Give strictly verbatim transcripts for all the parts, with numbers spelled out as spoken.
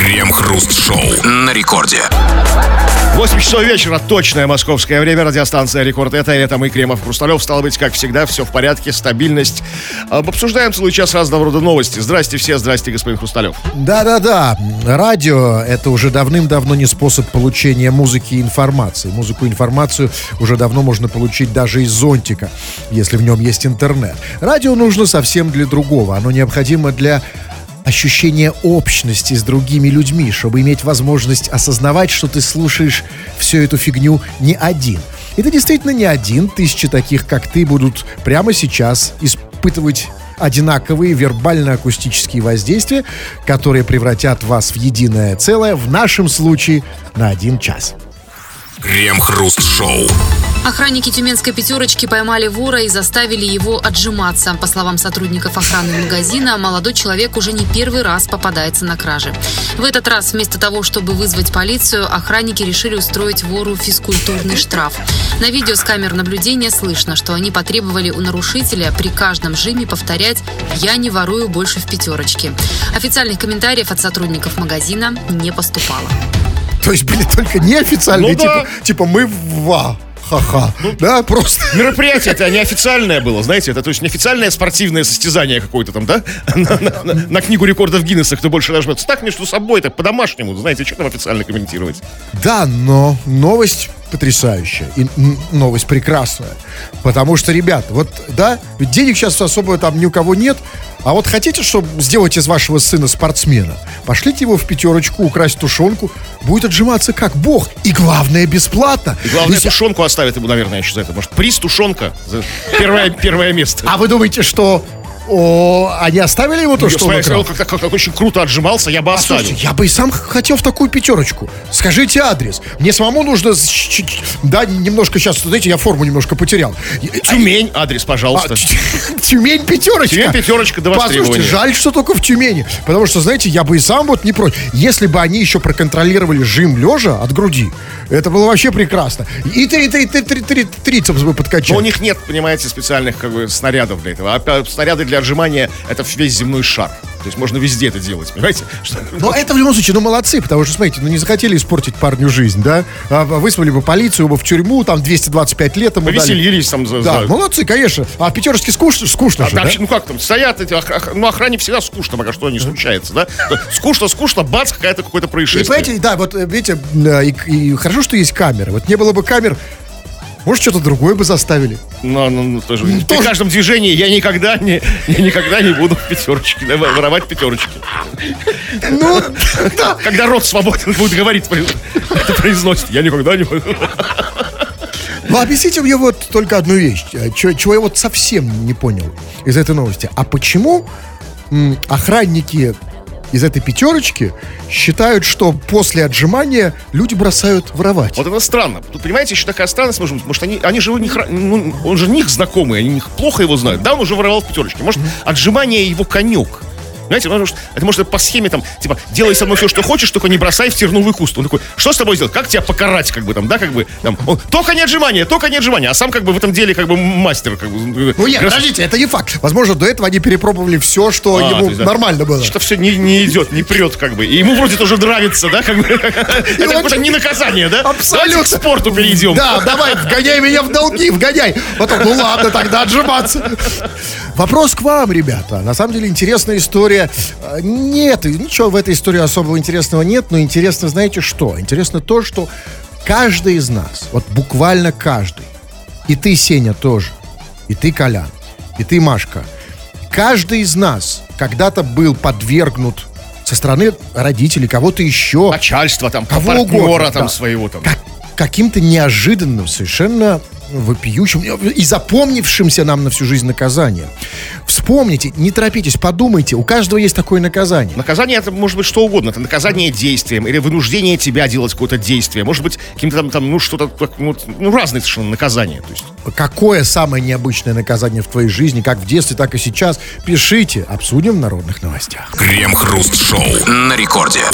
Крем-хруст-шоу на рекорде. восемь часов вечера, точное московское время, радиостанция «Рекорд». Это, это мы, Кремов, Хрусталев. Стало быть, как всегда, все в порядке, стабильность. Обсуждаем целый час разного рода новости. Здрасте все, здрасте, господин Хрусталев. Да-да-да, радио — это уже давным-давно не способ получения музыки и информации. Музыку и информацию уже давно можно получить даже из зонтика, если в нем есть интернет. Радио нужно совсем для другого. Оно необходимо для ощущение общности с другими людьми, чтобы иметь возможность осознавать, что ты слушаешь всю эту фигню не один. И ты действительно не один. Тысячи таких, как ты, будут прямо сейчас испытывать одинаковые вербально-акустические воздействия, которые превратят вас в единое целое, в нашем случае на один час. Крем-хруст-шоу. Охранники тюменской пятерочки поймали вора и заставили его отжиматься. По словам сотрудников охраны магазина, молодой человек уже не первый раз попадается на кражи. В этот раз вместо того, чтобы вызвать полицию, охранники решили устроить вору физкультурный штраф. На видео с камер наблюдения слышно, что они потребовали у нарушителя при каждом жиме повторять «Я не ворую больше в пятерочке». Официальных комментариев от сотрудников магазина не поступало. То есть были только неофициальные, Ну типа, да. типа мы ва. Ха-ха. Ну, да, просто. Мероприятие это неофициальное было, знаете, это то есть неофициальное спортивное состязание какое-то там, да? На, на- на- на книгу рекордов Гиннесса кто больше нажмется. Так между собой, так по-домашнему, знаете, что там официально комментировать? Да, но новость потрясающая. И м, новость прекрасная. Потому что, ребят, вот, да, ведь денег сейчас особо там ни у кого нет. А вот хотите, чтобы сделать из вашего сына спортсмена? Пошлите его в пятерочку, украсть тушенку. Будет отжиматься как бог. И главное, бесплатно. И главное, Ведь- тушенку оставят ему, наверное, еще за это. Может, приз тушенка за первое, первое место. А вы думаете, что о, они оставили ему то, Я что он смотрел, украл? как, как- как очень круто отжимался, я бы оставил. Слушайте, я бы и сам х- хотел в такую пятерочку. Скажите адрес. Мне самому нужно, с- ч- ч- да, немножко сейчас, знаете, я форму немножко потерял. И- Тюмень, адрес, а, пожалуйста. Т- Тюмень пятерочка. Тюмень пятерочка до востребования. Послушайте, жаль, что только в Тюмени. Потому что, знаете, я бы и сам вот не против. Если бы они еще проконтролировали жим лежа от груди, это было вообще прекрасно. И три, три, три, три, три, трицепс бы подкачать. Но у них нет, понимаете, специальных как бы снарядов для этого. А п- снаряды для отжимания — это весь земной шар. То есть можно везде это делать, понимаете? Что- Но это в любом случае, ну молодцы, потому что, смотрите, ну не захотели испортить парню жизнь, да? А, вызвали бы полицию, бы в тюрьму, там двести двадцать пять лет ему дали. Повеселились там за... Да, за- молодцы, конечно. А в пятерочке скучно, скучно А же, там, да? ну как там, стоят эти, ох- ох- ну охране всегда скучно, пока что не случается, да? Скучно, скучно, бац, какая-то какое-то И происшествие. понимаете, да, вот э, видите, э, и, и хорошо, что есть камеры. Вот не было бы камер, может, что-то другое бы заставили. Ну, ну, ну, тоже. Ну, При тоже. каждом движении я никогда не, я никогда не буду в пятерочке, да, воровать пятерочки. Ну, да. Когда рот свободен будет говорить, это произносит, я никогда не буду. Ну, объясните мне вот только одну вещь, э, чё- чего я вот совсем не понял из этой новости. А почему м, охранники из этой пятерочки считают, что после отжимания люди бросают воровать? Вот это странно. Тут, понимаете, еще такая странность, может быть, может, они, они же у них, ра- ну, он же них знакомый, они них плохо его знают. Да, он уже воровал в пятерочке. Может, отжимание его конек. Знаете, ну, может, это может по схеме там, типа, делай со мной все, что хочешь, только не бросай в терновый куст. Он такой, что с тобой сделать? Как тебя покарать, как бы там, да, как бы, там, он, только не отжимание, только не отжимание, а сам как бы в этом деле как бы мастер, как бы. Ну нет, Раз- подождите, это не факт. Возможно, до этого они перепробовали все, что А, ему то есть, да, нормально было. Что все не, не идет, не прет, как бы. И ему вроде тоже нравится, да, как бы. Это какое-то не наказание, да? Абсолютно. Давайте к спорту перейдем. Да, давай, вгоняй меня в долги, вгоняй. Потом, ну ладно, тогда отжиматься. Вопрос к вам, ребята. На самом деле интересная история. Э, Нет, ничего в этой истории особого интересного нет, но интересно, знаете что? Интересно то, что каждый из нас, вот буквально каждый, и ты, Сеня, тоже, и ты, Колян, и ты, Машка, каждый из нас когда-то был подвергнут со стороны родителей, кого-то еще, Начальство там, Кого партнера угодно, там да. своего там. как- каким-то неожиданным, совершенно вопиющим и запомнившимся нам на всю жизнь наказанием. Вспомните, не торопитесь, подумайте, у каждого есть такое наказание. Наказание — это может быть что угодно. Это наказание действием или вынуждение тебя делать какое-то действие. Может быть, каким-то там, там ну, что-то, так, ну, вот, ну, разные совершенно наказания. То есть, Какое самое необычное наказание в твоей жизни, как в детстве, так и сейчас? Пишите, обсудим в народных новостях. Крем-хруст-шоу на рекорде.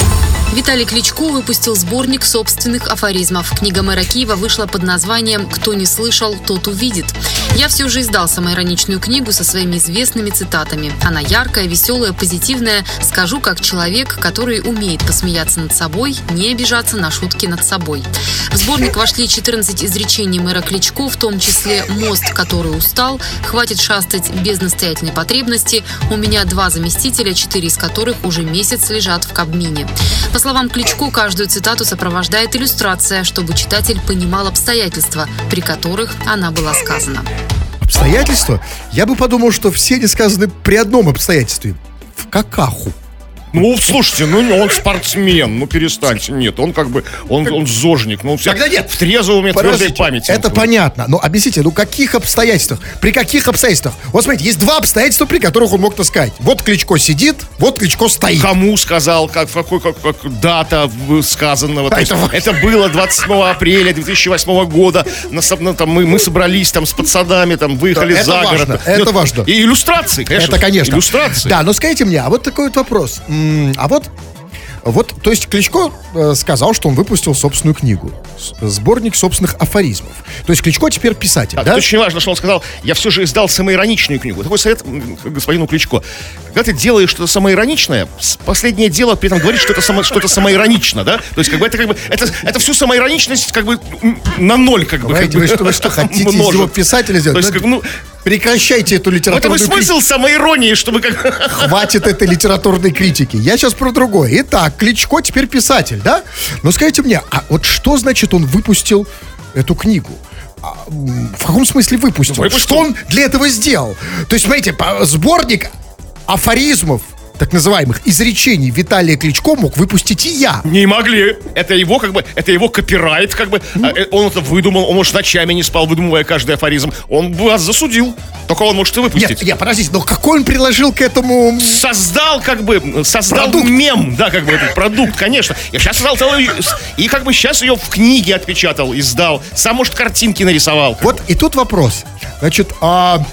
Виталий Кличко выпустил сборник собственных афоризмов. Книга мэра Киева вышла под названием «Кто не слышал, тот увидит». Я все же издал самоироничную книгу со своими известными цитатами. Она яркая, веселая, позитивная. Скажу как человек, который умеет посмеяться над собой, не обижаться на шутки над собой. В сборник вошли четырнадцать изречений мэра Кличко, в том числе «Мост, который устал», «Хватит шастать без настоятельной потребности», «У меня два заместителя, четыре из которых уже месяц лежат в Кабмине». По словам Кличко, каждую цитату сопровождает иллюстрация, чтобы читатель понимал обстоятельства, при которых она была сказана. Обстоятельства? Я бы подумал, что все они сказаны при одном обстоятельстве. В какаху. Ну, слушайте, ну он спортсмен, ну перестаньте. Нет, он как бы, он, он зожник. Ну, Тогда нет. В трезвом и твердой памяти. Это понятно. Но объясните, ну каких обстоятельствах? При каких обстоятельствах? Вот смотрите, есть два обстоятельства, при которых он мог это сказать. Вот Кличко сидит, вот Кличко стоит. Кому сказал, как, в какой как, как дата сказанного. А это, это... это было двадцать седьмого апреля две тысячи восьмого года. На, на, там, мы, мы собрались там с пацанами, там, выехали это за важно, город. Это Нет, важно. И иллюстрации, конечно. Это, конечно. Иллюстрации. Да, но скажите мне, а вот такой вот вопрос. А вот, вот, то есть Кличко э, сказал, что он выпустил собственную книгу, сборник собственных афоризмов. То есть Кличко теперь писатель, Да, да? это очень важно, что он сказал, я все же издал самоироничную книгу. Такой совет господину Кличко. Когда ты делаешь что-то самоироничное, последнее дело при этом говорит, что это, само, что это самоиронично, да? То есть как бы это как бы, это, это всю самоироничность как бы на ноль как бы. Понимаете, как бы вы, что, вы что, хотите из множит. него писателя сделать? То есть, Ну, как, ну, прекращайте эту вот это литературную и смысл критику. самоиронии, чтобы как... Хватит этой литературной критики. Я сейчас про другое. Итак, Кличко теперь писатель, да? Но скажите мне, а вот что значит он выпустил эту книгу? А, м, в каком смысле выпустил? Выпустил. Что он для этого сделал? То есть, смотрите, по- сборник афоризмов, так называемых изречений Виталия Кличко мог выпустить и я. Не могли. Это его как бы, это его копирайт как бы. А, э, Он это выдумал, он, может, ночами не спал, выдумывая каждый афоризм. Он бы вас засудил. Только он может и выпустить. Нет, нет, подождите, но какой он приложил к этому... Создал, как бы, создал Продукт. мем, да, как бы, этот продукт, конечно. Я сейчас создал целую, и как бы сейчас ее в книге отпечатал, издал. Сам, может, картинки нарисовал. Вот и тут вопрос. Значит, а,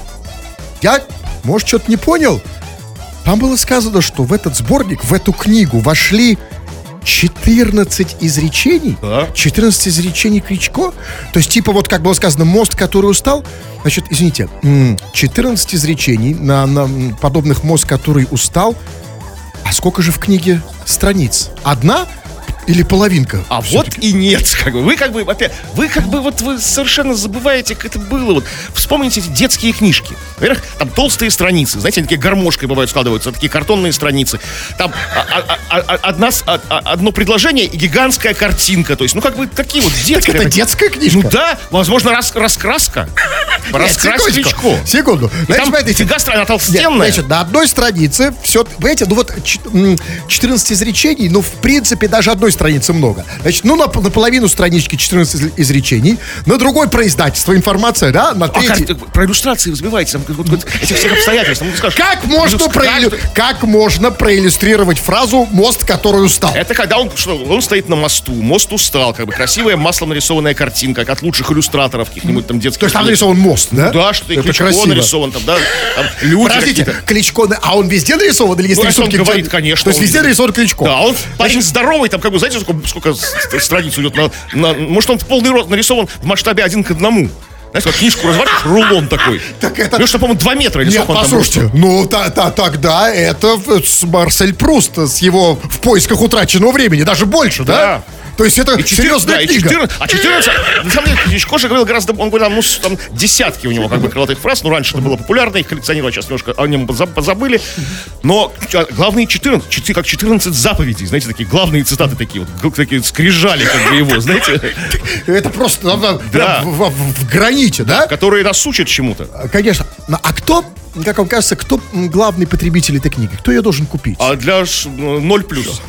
я, может, что-то не понял. Там было сказано, что в этот сборник, в эту книгу вошли четырнадцать изречений. Да. четырнадцать изречений Кличко. То есть, типа, вот как было сказано, мост, который устал. Значит, извините, м, четырнадцать изречений на, на м, подобных мост, который устал. А сколько же в книге страниц? Одна или половинка? А вот и нет, как бы, вы как бы, опять, вы как бы, вот вы совершенно забываете, как это было, вот, вспомните эти детские книжки, во-первых, там толстые страницы, знаете, они такие гармошкой бывают складываются, такие картонные страницы, там а, а, а, одна, с- а, а, одно предложение и гигантская картинка, то есть, ну, как бы, такие вот детские. это детская книжка? Ну, да, возможно, рас, раскраска, раскрась Нет, Кличко. секундочку, секунду. И Значит, там смотрите, фига страна Нет, толстенная. значит, на одной странице все, понимаете, ну вот ч- м, четырнадцать изречений, ну, в принципе, даже одной страницы много. Значит, ну, на, на половину странички четырнадцать из- изречений, на другой про издательство информация, да, на А третий... как- про иллюстрации разбивайте, там, вот, вот, этих всех обстоятельств. Ну, ты скажешь, Как можно, ну, проиллю- каждый- как можно проиллюстрировать фразу «мост, который устал»? Это когда он, что, он стоит на мосту, мост устал, как бы красивая маслом нарисованная картинка, как от лучших иллюстраторов каких-нибудь там детских. То есть там книг. нарисован мост, да? Да, что и Это Кличко красиво. нарисован там, да, там люди Подождите, какие-то. Кличко, на- а он везде нарисован или есть Ну, если он рисунки? говорит, где- конечно, То есть он везде везде. нарисован Кличко? Да, он парень здоровый, там, как бы, знаете, сколько, сколько с- страниц идет на, на- может, он в полный рост нарисован в масштабе один к одному. Знаете, вот книжку разворачиваешь, рулон такой. Так это- Ну, что, по-моему, два метра или Нет, сколько он там послушайте, ростом. ну та, та, тогда это в- с Марсель Пруст с его «В поисках утраченного времени», даже больше, да? Да. То есть это И четырнадцать, серьезная да, и книга. четырнадцать, а четырнадцать, на самом деле, Кличко же говорил гораздо, он говорил, ну, с- там, десятки у него, как бы, крылатых фраз, ну, раньше это было популярно, их коллекционировать, сейчас немножко о нем поза- позабыли, но а, главные четырнадцать, четы- как четырнадцать заповедей, знаете, такие главные цитаты такие, вот, г- такие скрижали, как бы, его, знаете, Это просто там, там, Да. в, в- в граните, да? которые нас учат чему-то. Конечно. Ну, а кто, как вам кажется, кто м, главный потребитель этой книги? Кто ее должен купить? А для ш- ну, ноль плюс.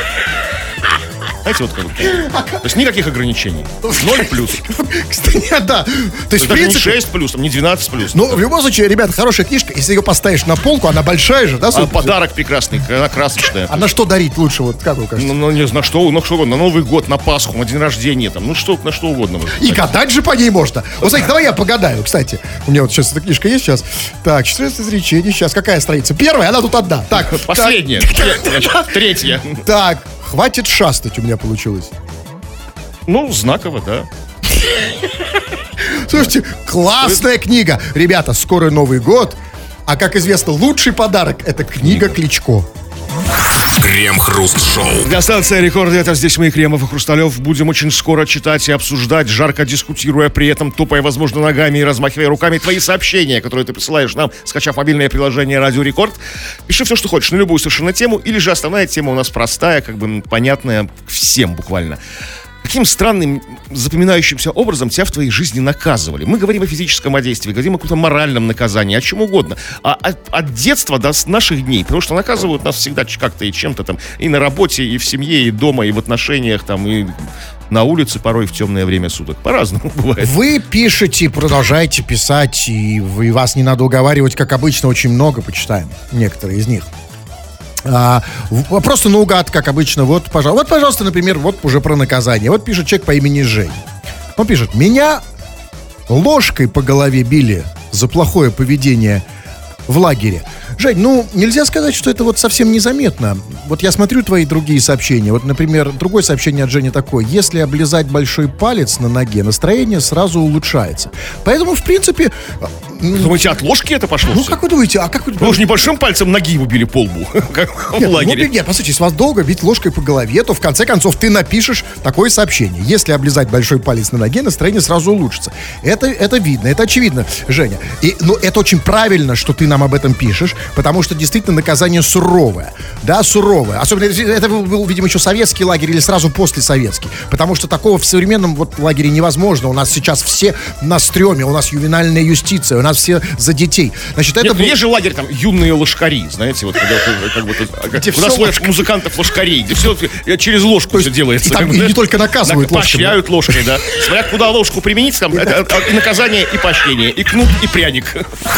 Знаете, вот как бы. То есть никаких ограничений. Ноль плюс. Кстати, да. То есть, То есть в даже не принципе... шесть плюс, там, не двенадцать плюс. Ну, в любом случае, ребят, хорошая книжка. Если ее поставишь на полку, она большая же, да? А судя по всему? подарок прекрасный, она красочная. А на что дарить лучше, вот как вы кажется? Ну, ну, не знаю, что, ну, что угодно, на Новый год, на Пасху, на день рождения, там, ну, что, на что угодно. может И быть. гадать же по ней можно. Вот, смотрите, давай я погадаю, кстати. У меня вот сейчас эта книжка есть сейчас. Так, четырнадцать изречений. Сейчас какая страница? Первая, она тут одна. Так, Последняя, тре- значит, третья. Так, Хватит шастать у меня получилось. Ну, знаково, да. Слушайте, классная книга. Ребята, скоро Новый год. А как известно, лучший подарок — это книга Кличко. Крем-хруст-шоу. Для станции Рекорд, это здесь мы, Кремов и Хрусталев, будем очень скоро читать и обсуждать, жарко дискутируя, при этом тупая, возможно, ногами и размахивая руками, твои сообщения, которые ты присылаешь нам, скачав мобильное приложение Радио Рекорд. Пиши все, что хочешь, на любую совершенно тему, или же основная тема у нас простая, как бы понятная всем буквально. Каким странным, запоминающимся образом тебя в твоей жизни наказывали? Мы говорим о физическом действии, говорим о каком-то моральном наказании, о чем угодно. А от, от детства до наших дней, потому что наказывают нас всегда как-то и чем-то там, и на работе, и в семье, и дома, и в отношениях, там, и на улице порой в темное время суток. По-разному бывает. Вы пишете, продолжаете писать, и вы, вас не надо уговаривать, как обычно, очень много, почитаем некоторые из них. А, просто наугад, как обычно. Вот, пожалуйста, вот, пожалуйста, например, вот уже про наказание. Вот пишет человек по имени Жень. Он пишет: меня ложкой по голове били за плохое поведение в лагере. Жень, ну, нельзя сказать, что это вот совсем незаметно. Вот я смотрю твои другие сообщения. Вот, например, другое сообщение от Жени такое: если облизать большой палец на ноге, настроение сразу улучшается. Поэтому, в принципе... Думаете, от ложки это пошло? Ну, все? как вы думаете, а как вы... Вы же небольшим пальцем ноги его били по лбу, как Нет, в лагере. Ну, нет, по сути, если вас долго бить ложкой по голове, то в конце концов ты напишешь такое сообщение: если облизать большой палец на ноге, настроение сразу улучшится. Это, это видно, это очевидно, Женя. И, ну, это очень правильно, что ты нам об этом пишешь, потому что действительно наказание суровое. Да, суровое. Особенно это был, был, видимо, еще советский лагерь или сразу после советский. Потому что такого в современном вот лагере невозможно. У нас сейчас все на стреме, у нас ювенальная юстиция, у нас все за детей. Значит, это Нет, был... есть же лагерь там юные ложкари, знаете, вот когда как бы Где у нас все ложка музыкантов ложкарей, где все через ложку все делается. И там и не только наказывают ложкой. Поощряют ложкой, да. Смотря куда ложку применить, там это и наказание, и поощрение, и кнут, и пряник.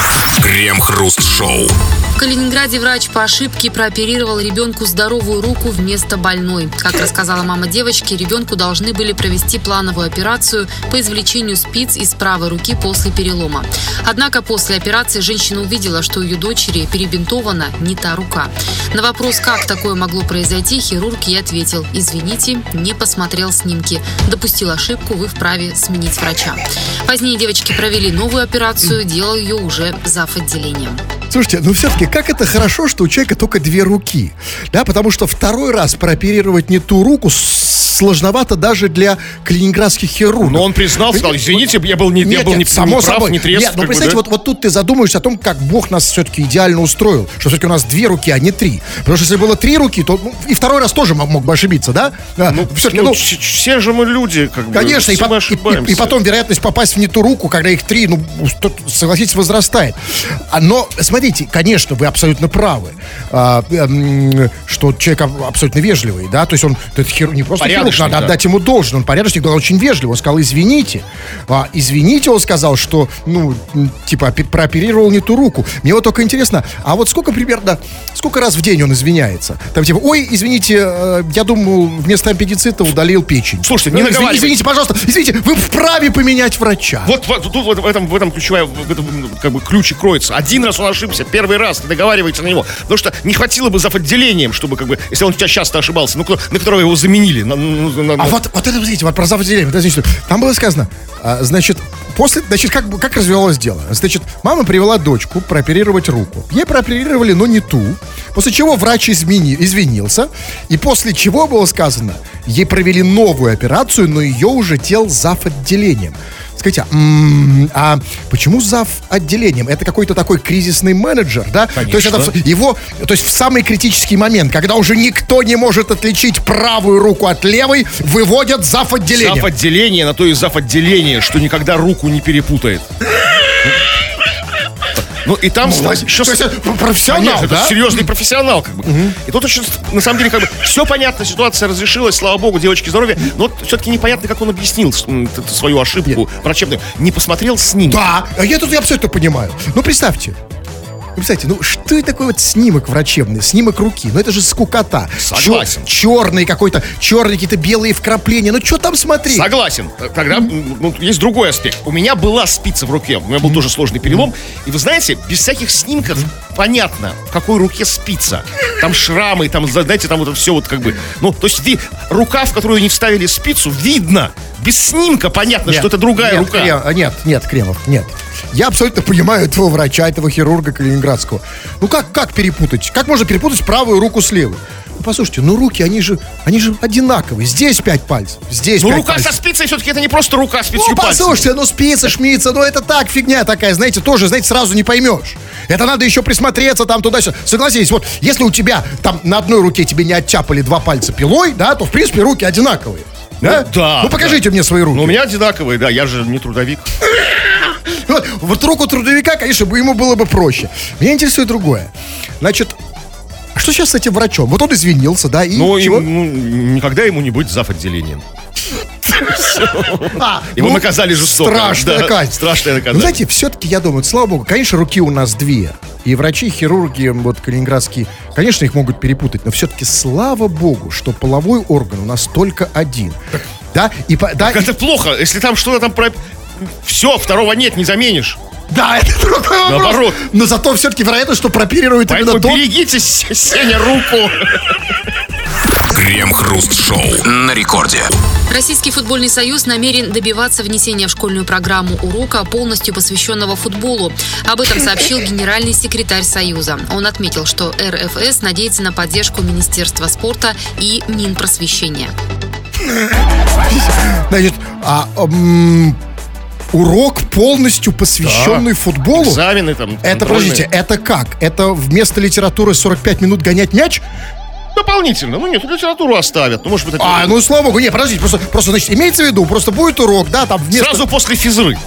Крем-хруст-шоу. В Калининграде врач по ошибке прооперировал ребенку здоровую руку вместо больной. Как рассказала мама девочки, ребенку должны были провести плановую операцию по извлечению спиц из правой руки после перелома. Однако после операции женщина увидела, что у ее дочери перебинтована не та рука. На вопрос, как такое могло произойти, хирург ей ответил: извините, не посмотрел снимки. Допустил ошибку, вы вправе сменить врача. Позднее девочки провели новую операцию, делал ее уже зав. Отделением. Слушайте, ну все-таки как это хорошо, что у человека только две руки. Да, потому что второй раз прооперировать не ту руку сложновато даже для калининградских хирургов. Но он признал, сказал: извините, я был не, Нет, я был нет, не, само не прав, собой. не трезв. Нет, ну как бы, представьте, да? вот, вот тут ты задумаешься о том, как Бог нас все-таки идеально устроил. Что все-таки у нас две руки, а не три. Потому что если было три руки, то ну, и второй раз тоже мог, мог бы ошибиться, да? Ну, все-таки, ну, ну, ч- все же мы люди, как конечно, бы, и, все по- мы и- ошибаемся. и- и потом вероятность попасть в не ту руку, когда их три, ну, тут, согласитесь, возрастает. А, Но, смотрите, конечно, вы абсолютно правы, а, эм, что человек аб- абсолютно вежливый, да, то есть он, это хирург, не просто хирург, Порядочный, надо да. отдать ему должное, он порядочный, но он очень вежливый, он сказал: извините, а, извините, он сказал, что, ну, м, типа, опе- прооперировал не ту руку. Мне вот только интересно, а вот сколько примерно, сколько раз в день он извиняется? Там типа: ой, извините, э, я думал, вместо аппендицита удалил печень. Слушайте, не Ну, извини- наговаривайте. Извините, пожалуйста, извините, вы вправе поменять врача. Вот, вот тут вот в этом, в этом ключевая, в этом, как бы, ключ и кроется. Один раз он ошибся, первый раз не договаривается на него. Потому что не хватило бы зав. Отделением, чтобы, как бы, если он у тебя часто ошибался, ну, кто- на которого его заменили. На- на- на- А вот, вот это, смотрите, вот про зав. Отделение, подождите, там было сказано, а, значит, после, значит, как, бы- как развивалось дело? Значит, мама привела дочку прооперировать руку. Ей прооперировали, но не ту. После чего врач измени, извинился. И после чего было сказано, ей провели новую операцию, но ее уже делал зав. Отделением. Скажите, а, м, а почему зав. Отделением? Это какой-то такой кризисный менеджер, да? Конечно. То есть это в- его, то есть в самый критический момент, когда уже никто не может отличить правую руку от левой, выводят зав. Отделением. Зав. Отделение, на то и зав. Отделение, что никогда руку не перепутает. Ну, и там... Ну, там то еще есть это профессионал, Конечно, да? это серьезный профессионал, как бы. И тут очень, на самом деле, как бы, все понятно, ситуация разрешилась, слава богу, девочке здоровья, но вот все-таки непонятно, как он объяснил м, т- т- свою ошибку врачебную. Не посмотрел снимок. Да, а я тут я абсолютно понимаю. Ну, представьте, Вы представляете, ну что это такой вот снимок врачебный, снимок руки? Ну это же скукота. Согласен. Чер- черный какой-то, черные какие-то белые вкрапления. Ну что там смотреть? Согласен. Тогда ну, есть другой аспект. У меня была спица в руке, у меня был тоже сложный перелом. И вы знаете, без всяких снимков понятно, в какой руке спица. Там шрамы, там, знаете, там вот это все вот как бы... Ну, то есть ви, рука, в которую не вставили спицу, видно. Без снимка понятно, Нет, что это другая нет, рука. Крем, нет, нет, Кремов, нет. Я абсолютно понимаю этого врача, этого хирурга калининградского. Ну как, как перепутать? Как можно перепутать правую руку с левой? Ну послушайте, ну руки, они же, они же одинаковые. Здесь пять пальцев, здесь Ну пять рука пальцев. со спицей все-таки это не просто рука с пятью Ну пальцами. послушайте, ну спица, шмица, ну это так, фигня такая, знаете, тоже, знаете, сразу не поймешь. Это надо еще присмотреться там туда-сюда. Согласитесь, вот если у тебя там на одной руке тебе не оттяпали два пальца пилой, да, то в принципе руки одинаковые. Да? Ну, да, Ну покажите да. мне свои руки. Ну у меня одинаковые, да, я же не трудовик. Вот, вот руку трудовика, конечно, бы ему было бы проще. Меня интересует другое. Значит, а что сейчас с этим врачом? Вот он извинился, да, и Ну, чего? им, ну, никогда ему не быть зав. Отделением. А, Его ну, наказали жестоко. Страшное Да, наказание. страшное Ну, наказание. знаете, все-таки, я думаю, слава богу, конечно, руки у нас две. И врачи, хирурги, вот, калининградские, конечно, их могут перепутать. Но все-таки, слава богу, что половой орган у нас только один. Да, и, по- да, Так это плохо, если там что-то там про... Все, второго нет, не заменишь. да, это другой вопрос. Наоборот. Но зато все-таки вероятно, что прооперируют Поэтому именно то. берегите, С- Сеня, руку. Крем-хруст-шоу на рекорде. Российский футбольный союз намерен добиваться внесения в школьную программу урока, полностью посвященного футболу. Об этом сообщил генеральный секретарь союза. Он отметил, что эр эф эс надеется на поддержку Министерства спорта и Минпросвещения. Значит, а, м, урок полностью посвященный Да. футболу. Экзамены там. Это, контрольные. подождите, это как? Это вместо литературы сорок пять минут гонять мяч? Дополнительно. Ну нет, литературу оставят. Ну, может быть, это... А, ну слава богу, не, подождите, просто, просто, значит, имеется в виду, просто будет урок, да, там вместо... Сразу после физры.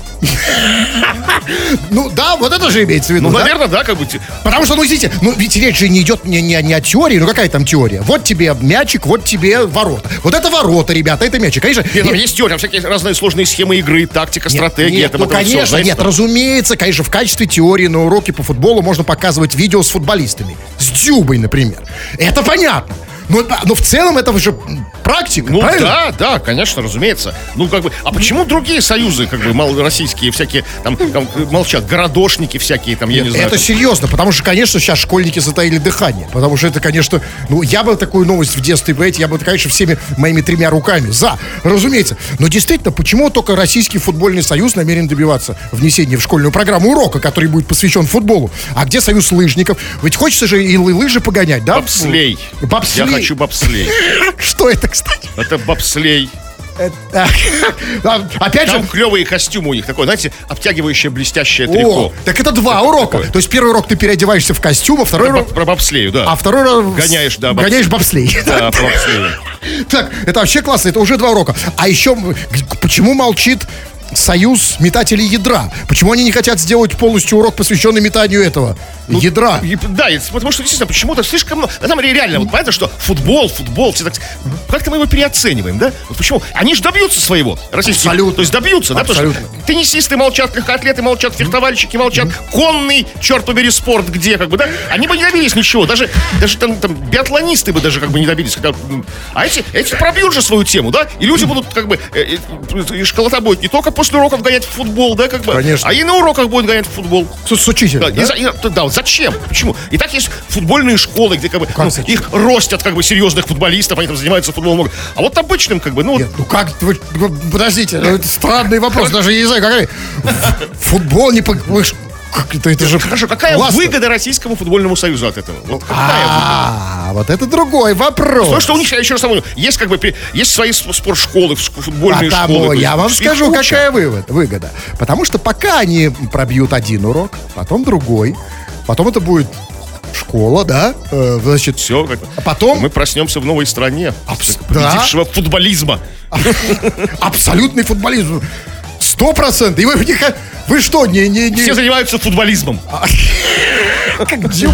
Ну да, вот это же имеется в виду, Ну, да? наверное, да, как бы... те- Потому что, ну, видите, ну, ведь речь же не идет не, не, не о теории, ну, какая там теория? Вот тебе мячик, вот тебе ворота. Вот это ворота, ребята, это мячик. Конечно, Нет, там нет, есть теория, всякие разные сложные схемы игры, тактика, нет, стратегия. нет, там ну, это вот всё, конечно, знаете, нет, там. разумеется, конечно, в качестве теории на уроке по футболу можно показывать видео с футболистами. С Дзюбой, например. Это понятно. Но, но в целом это же практика, Ну правильно? да, да, конечно, разумеется. Ну как бы, а почему другие союзы, как бы мал- российские всякие там, там молчат, городошники всякие там, я не знаю. Это там. серьезно, потому что, конечно, сейчас школьники затаили дыхание. Потому что это, конечно, ну, я бы такую новость в детстве, понимаете, я бы, конечно, всеми моими тремя руками за, разумеется. Но действительно, почему только Российский футбольный союз намерен добиваться внесения в школьную программу урока, который будет посвящен футболу? А где союз лыжников? Ведь хочется же и лы- лыжи погонять, да? Бобслей. Бобслей. Я хочу бобслей. Что это, кстати? Это бобслей. Это- А, Опять Там же, клевые костюмы у них, такое, знаете, обтягивающее блестящее о, трико. так это два урока. Такое. То есть первый урок ты переодеваешься в костюм, а второй Про, урок... про бобслею, да. А второй раз... Гоняешь, да, бобслей. Гоняешь бобслей. Да, про бобслею. Так, это вообще классно, это уже два урока. А еще, м, г- почему молчит союз метателей ядра? Почему они не хотят сделать полностью урок, посвященный метанию этого ядра? И, да, и потому что, действительно, почему-то слишком много. На самом деле, реально, вот понятно, что футбол, футбол, все так. Как-то мы его переоцениваем, да? Вот почему? Они же добьются своего. Российские. Абсолютно. То есть добьются, да? Потому Абсолютно. что теннисисты молчат, легкоатлеты молчат, фехтовальщики молчат, конный, черт побери, спорт где, как бы, да? Они бы не добились ничего. Даже, даже там, там биатлонисты бы даже как бы не добились. Когда, м, а эти, эти пробьют же свою тему, да? И люди будут как бы. э, э, И школота будет не только после уроков гонять в футбол, да, как бы. Конечно. А и на уроках будут гонять в футбол. С, с учителем, Да, да? и за- и- да, вот зачем? Почему? И так есть футбольные школы, где как бы ну, зачем? их ростят как бы серьезных футболистов, они там занимаются футболом много. А вот обычным как бы, ну, Нет, ну как, вы, вы- подождите, ну, это странный вопрос, даже я не знаю, какой. Футбол не... по- вы ж- как это, это же хорошо, какая классно. выгода Российскому футбольному союзу от этого? Вот какая выгода? А, вот это другой вопрос. То, что у них, я еще раз напомню, есть как бы пе- есть свои сп- спортшколы, ф- футбольные Потому школы. то есть я вам их скажу, куча. какая вывод, выгода. Потому что пока они пробьют один урок, потом другой, потом это будет школа, да, э, значит, Все, как бы. а потом Мы проснемся в новой стране, Абс- победившего футболизма. абсолютный футболизм. Сто процентов. И вы, не ха- вы что, не... не, не... Все занимаются футболизмом. как дюб.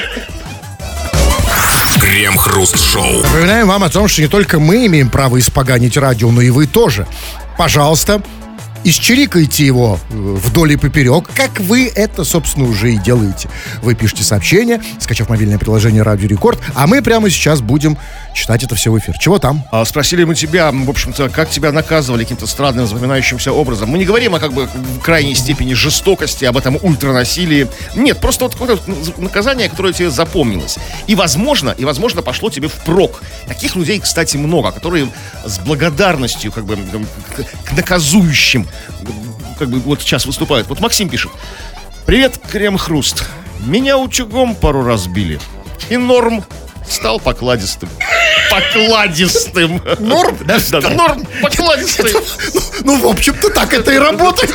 Крем-хруст-шоу. Напоминаем вам о том, что не только мы имеем право испоганить радио, но и вы тоже. Пожалуйста, исчирикайте его вдоль и поперек, как вы это, собственно, уже и делаете. Вы пишете сообщение, скачав мобильное приложение «Радио Рекорд», а мы прямо сейчас будем читать это все в эфир. Чего там? А, спросили мы тебя, в общем-то, как тебя наказывали каким-то странным, запоминающимся образом. Мы не говорим о как бы крайней степени жестокости, об этом ультранасилии. Нет, просто вот какое-то наказание, которое тебе запомнилось. И, возможно, и, возможно, пошло тебе впрок. Таких людей, кстати, много, которые с благодарностью, как бы, к наказующим, как бы, вот сейчас выступают. Вот Максим пишет. Привет, Крем-Хруст. Меня утюгом пару раз били. И норм стал покладистым. Покладистым. Норм? Да, да, да, норм, покладистый. Ну, ну, в общем-то, так это и работает.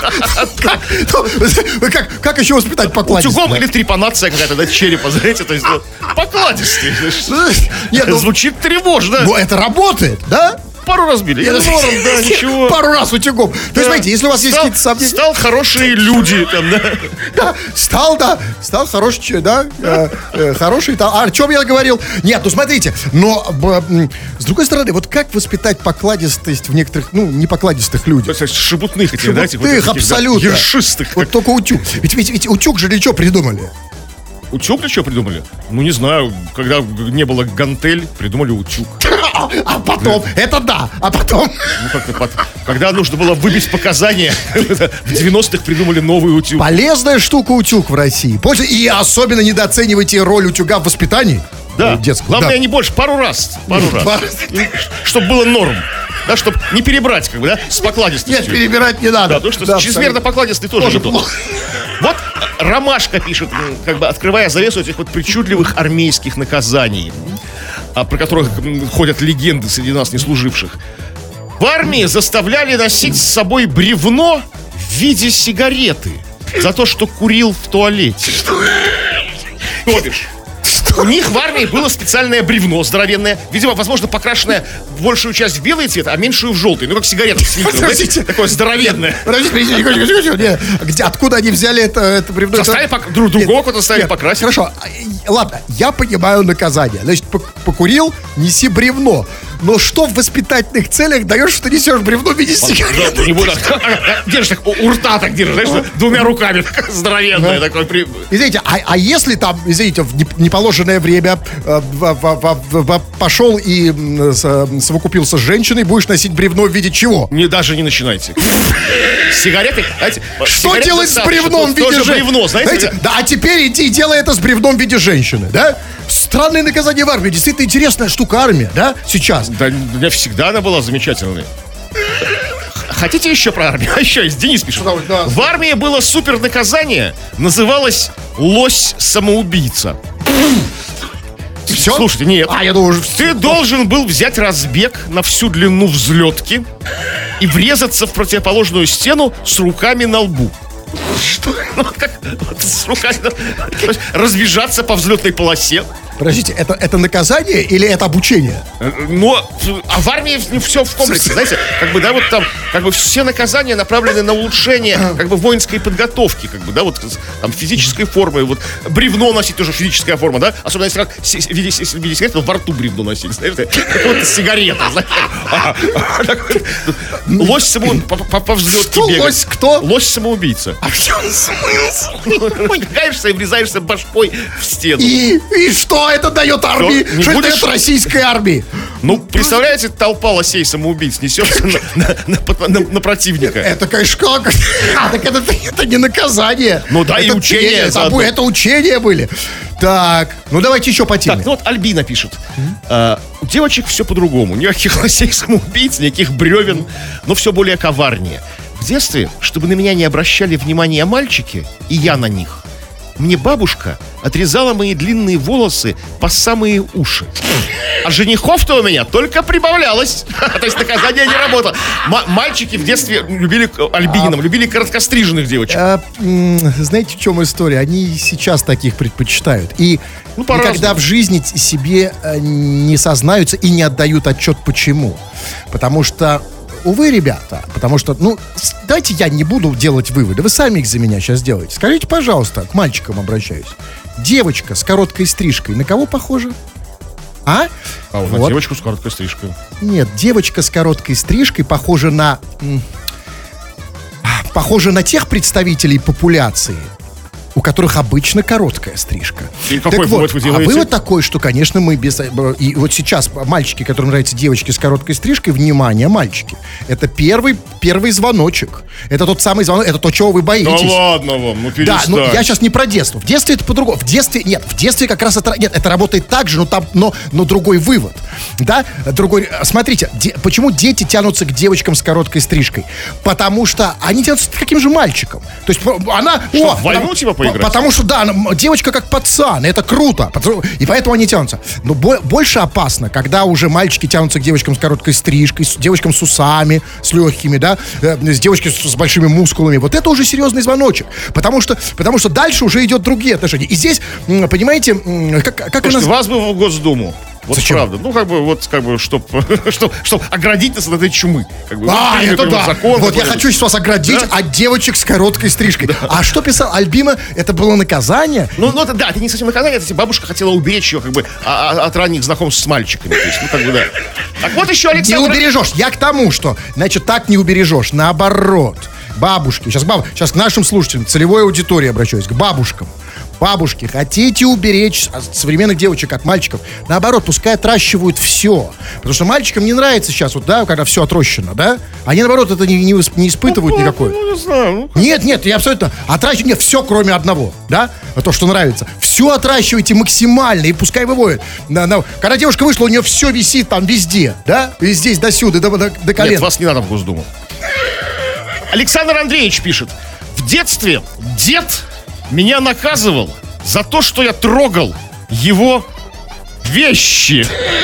Как, как еще воспитать покладистым? Утюгом или трепанация какая-то, да, черепа, знаете, то есть, ну, покладистый. Нет, ну, звучит тревожно. Но это работает, да? Пару раз били. Я норм, да, ничего. Пару раз утюгом. То есть, смотрите, если у вас есть Стал- какие-то сомнения... Стал хорошие люди там, да. Да, стал, да, стал хороший, че- да, э, э, хороший, там, а о чем я говорил? Нет, ну смотрите, но б- м, с другой стороны, вот как воспитать покладистость в некоторых, ну, не покладистых То людях? есть шебутных этих, знаете, вот Шебутных, этих, да, абсолютно. ершистых. Вот только утюг. Ведь, ведь, ведь утюг же для чего придумали? Утюг для чего придумали? Ну, не знаю, когда не было гантель, придумали утюг. А, а потом, это да, а потом... Ну, как-то под- Когда нужно было выбить показания, в девяностых придумали новый утюг. Полезная штука утюг в России. Пользу- И особенно недооценивайте роль утюга в воспитании. Да, э, детского. главное Да. не больше, пару раз, пару раз. Пару- Чтобы было норм. Да, чтобы не перебрать, как бы, да, с покладистостью. Нет, перебирать не надо. Да, потому что Да, чрезмерно покладистый тоже, Тоже не то. плохо. Вот э, Ромашка пишет, м, как бы открывая завесу этих вот причудливых армейских наказаний, а, про которых м, ходят легенды среди нас не служивших. В армии заставляли носить с собой бревно в виде сигареты за то, что курил в туалете. То бишь, у них в армии было специальное бревно здоровенное, видимо, возможно, покрашенное большую часть в белый цвет, а меньшую в желтый. Ну, как сигарета с фильтром, знаете, Подождите. такое здоровенное. Подождите, подождите, секундочку, секундочку. Не, где, откуда они взяли это, это бревно? Заставили Это- пок- друг другого куда-то заставили Нет, покрасить. Хорошо, а, и- ладно, я понимаю наказание. Значит, пок- покурил, неси бревно. Но что в воспитательных целях даешь, что несешь бревно в виде сигареты? Да, не буду. Держишь так, у у рта так держишь, знаешь, двумя руками, так, здоровенное такое. при- Извините, а, а если там, извините, в не- неположенное время э, в- в- в- в- пошел и м, с- э, совокупился с женщиной, будешь носить бревно в виде чего? Не, даже не начинайте. Сигареты, знаете, Что сигарет делать с достаточно, бревном в виде тоже женщины? бревно, знаете? Да, а теперь иди и делай это с бревном в виде женщины, да? Странное наказание в армии. Действительно интересная штука армия, да, сейчас. Да, для всегда она была замечательной. Хотите еще про армию? А еще есть, Денис пишет. Да. В армии было супер наказание, называлось лось-самоубийца. Все? Слушайте, нет. А, я думал, уже Ты должен был взять разбег на всю длину взлетки и врезаться в противоположную стену с руками на лбу. Что? Ну, как, вот с руками, на- то есть разбежаться по взлетной полосе. Подождите, это, это наказание или это обучение? Э, Но, а в армии все в комплексе, знаете, как бы, да, вот там, как бы все наказания направлены на улучшение, как бы, воинской подготовки, как бы, да, вот там физической формы, вот бревно носить тоже физическая форма, да, особенно если как си- в виде, если в виде сигареты, то во рту бревно носить, знаешь, как вот сигарета, знаешь. А, а, такой, Лось самоубийца, по, по, по взлетке Что, бегать. лось кто? Лось самоубийца. А в чем смысл? Втыкаешься и врезаешься башкой в стену. И, и что это дает армии? Что, не Что это будешь? дает российской армии? Ну, представляете, толпа лосей самоубийц несется на, на- на- на- на противника. Это, конечно, как... А, так это, это не наказание. Ну да, и Это учения те- заодно. Это учения были. Так, ну давайте еще по теме. Так, ну вот Альбина пишет. А, у девочек все по-другому. Никаких лосей самоубийц, никаких бревен, но все более коварнее. В детстве, чтобы на меня не обращали внимания мальчики, и я на них, мне бабушка отрезала мои длинные волосы по самые уши. А женихов-то у меня только прибавлялось. То есть наказание не работало. М- мальчики в детстве любили альбининам, любили короткостриженных девочек. А, м, знаете, в чем история? Они сейчас таких предпочитают. И Ну, по-разному. никогда в жизни т- себе э, не сознаются и не отдают отчет, почему. Потому что, увы, ребята, потому что, ну, с- давайте я не буду делать выводы. Вы сами их за меня сейчас делаете. Скажите, пожалуйста, к мальчикам обращаюсь. Девочка с короткой стрижкой на кого похожа? А? А вот на Вот. девочку с короткой стрижкой. Нет, девочка с короткой стрижкой похожа на... м, похожи на тех представителей популяции, у которых обычно короткая стрижка. И какой так вывод вот, вы делаете? А вывод такой, что, конечно, мы без... И вот сейчас мальчики, которым нравятся девочки с короткой стрижкой, внимание, мальчики, это первый, первый звоночек. Это тот самый звонок, это то, чего вы боитесь. Да ладно вам, ну Да, перестань. ну я сейчас не про детство. В детстве это по-другому. В детстве, нет, в детстве как раз это... Нет, это работает так же, но там, но, но другой вывод. Да, другой... Смотрите, де, почему дети тянутся к девочкам с короткой стрижкой? Потому что они тянутся к таким же мальчикам. То есть она... Что, о, в войну потому, типа поиграть? Потому что, да, она, девочка как пацан, и это круто. И поэтому они тянутся. Но бо, больше опасно, когда уже мальчики тянутся к девочкам с короткой стрижкой, с девочкам с усами, с легкими, да, э, с девочками с, с большими мускулами. Вот это уже серьезный звоночек. Потому что, потому что дальше уже идет другие отношения. И здесь, понимаете, как, как Слушайте, она... вас бы в Госдуму. Вот Зачем? правда. Ну, как бы, вот, как бы, чтоб, чтоб, чтоб оградить нас от этой чумы. Как бы, А, ну, это да. закон, вот я такой. хочу сейчас вас оградить Да? от девочек с короткой стрижкой. Да. А что писал Альбина? Это было наказание? Ну, ну, это, да, это не совсем наказание, это бабушка хотела уберечь ее, как бы, а, а, от ранних знакомств с мальчиками. То есть, ну, как бы, да. Так вот еще Не Александр... убережешь. Я к тому, что, значит, так не убережешь. Наоборот. Бабушки. Сейчас, баб... сейчас к нашим слушателям, целевой аудитории обращаюсь, к бабушкам. Бабушки, хотите уберечь современных девочек от мальчиков? Наоборот, пускай отращивают все. Потому что мальчикам не нравится сейчас, вот, да, когда все отрощено, да? Они, наоборот, это не, не, не испытывают ну, никакой. Ну, не знаю. Ну, Нет, нет, я абсолютно... Отращивать... Нет, все, кроме одного, да? То, что нравится. Все отращивайте максимально, и пускай выводят. На, на... Когда девушка вышла, у нее все висит там везде, да? И здесь, до сюда, до, до, до колен. Нет, вас не надо в Госдуму. Александр Андреевич пишет. В детстве дед меня наказывал за то, что я трогал его вещи.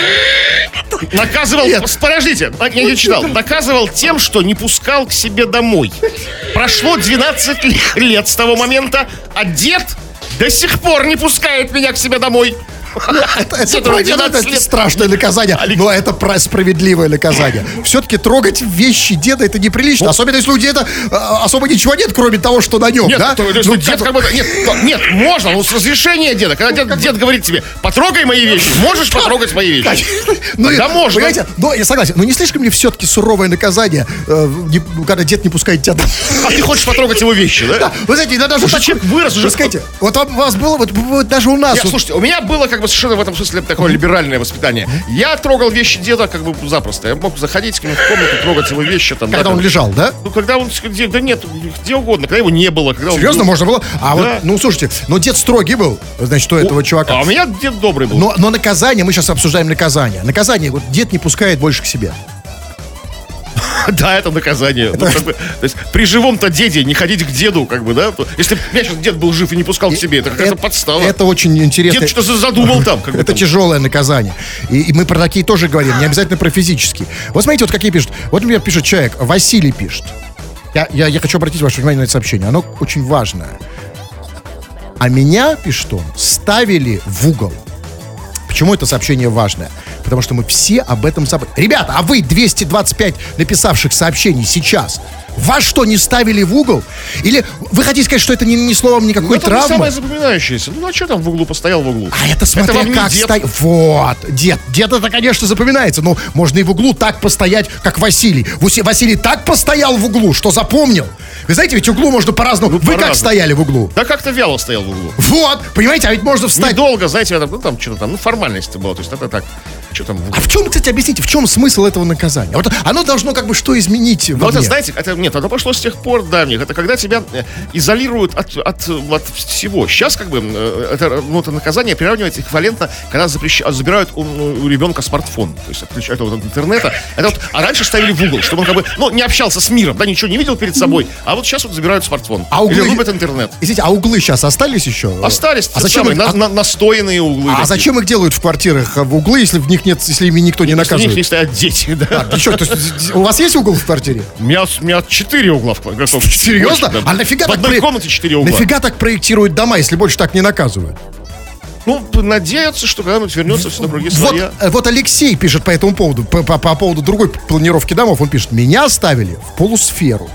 Наказывал, Нет. подождите, я не читал. Наказывал тем, что не пускал к себе домой. Прошло двенадцать лет с того момента, а дед до сих пор не пускает меня к себе домой. Это, это, Деду правда, двенадцать это лет. страшное наказание, Алекс- но это про- справедливое наказание. Все-таки трогать вещи деда это неприлично, особенно если у деда э, особо ничего нет, кроме того, что на нем, Нет, да? то, то есть Ну, дед как как бы, нет, то- нет, можно, но с разрешения деда. Когда дед, дед говорит тебе, потрогай мои вещи, можешь потрогать мои вещи? Ну, Да и, можно. Понимаете, но я согласен, но не слишком ли все-таки суровое наказание, э, не- когда дед не пускает тебя домой? А ты хочешь потрогать его вещи, да? Да, вы знаете, да, даже Уже так- человек вырос, уже- Вы скажите, вот вам- у вас было, вот, вот даже у нас... Я, вот- слушайте, у меня было как бы совершенно в этом смысле такое либеральное воспитание. Я трогал вещи деда как бы запросто. Я мог заходить к нему в комнату, трогать его вещи. Там, когда да, он там. лежал, да? Ну, когда он, где, да нет, где угодно, когда его не было. Когда он Серьезно, был. можно было? А Да. вот, ну, слушайте, но дед строгий был, значит, у этого чувака. А у меня дед добрый был. Но, но наказание, мы сейчас обсуждаем наказание. Наказание, вот дед не пускает больше к себе. Да, это наказание. Ну, как бы, то есть при живом-то деде не ходить к деду, как бы, да? То- Если бы у меня сейчас дед был жив и не пускал к себе, это какая-то подстава. Это очень интересно. Дед что-то задумал там. Как бы, Это там. тяжелое наказание. И, и мы про такие тоже говорим, не обязательно про физические. Вот смотрите, вот какие пишут. Вот, например, пишет человек, Василий пишет. Я, я, я хочу обратить ваше внимание на это сообщение. Оно очень важное. А меня, пишет он, ставили в угол. Почему это сообщение важное? Потому что мы все об этом забыли. Ребята, а вы, двести двадцать пять написавших сообщений сейчас, вас что, не ставили в угол? Или вы хотите сказать, что это не, не словом никакой Ну, это не травмы? самое запоминающееся. Ну, а что там в углу постоял в углу? А это смотря вам не как дед. стоять. Вот, дед. Дед это, конечно, запоминается. Но можно и в углу так постоять, как Василий. Васи- Василий так постоял в углу, что запомнил. Вы знаете, ведь в углу можно по-разному. Ну, Вы как по-разному. стояли в углу? Да как-то вяло стоял в углу. Вот, понимаете, а ведь можно встать. Недолго, знаете, это, ну, там что-то там, ну, формальность была. То есть это так, что там в углу. А в чем, кстати, объясните, в чем смысл этого наказания? Вот оно должно как бы что изменить Ну, во это, мне? знаете, это, нет, это пошло с тех пор давних. Это когда тебя э, изолируют от, от, от всего. Сейчас, как бы, э, это, ну, это наказание приравнивается эквивалентно, когда запрещ- забирают у, у ребенка смартфон. То есть отключают его от интернета. Это вот, а раньше ставили в угол, чтобы он, как бы, ну, не общался с миром, да, ничего не видел перед собой. А вот сейчас вот забирают смартфон. А углы- Или рубят интернет. Извините, а углы сейчас остались еще? Остались А те зачем, самые их, на- а, на- настоянные углы. а такие. зачем их делают в квартирах в углы, если в них нет, если ими никто не Если у наказывает? них не стоят дети, да. А, еще, то есть, у вас есть угол в квартире? У меня, у меня четыре угла в квартире. Серьезно? Больше, да. А нафига В так одной при- комнате четыре угла. Нафига так проектируют дома, если больше так не наказывают? Ну, надеются, что когда-нибудь вернется все на круги Вот, своя. э, вот Алексей пишет по этому поводу, по, по- по поводу другой планировки домов, он пишет, меня оставили в полусферу.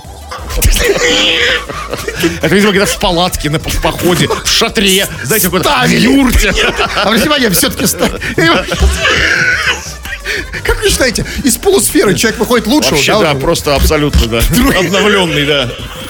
Это, видимо, где-то в палатке, на, в походе, в шатре, знаете, какой-то в Ставили. юрте. А внимание, все-таки Как вы считаете, из полусферы человек выходит лучше? Вообще, да, просто абсолютно, да. Обновленный, да.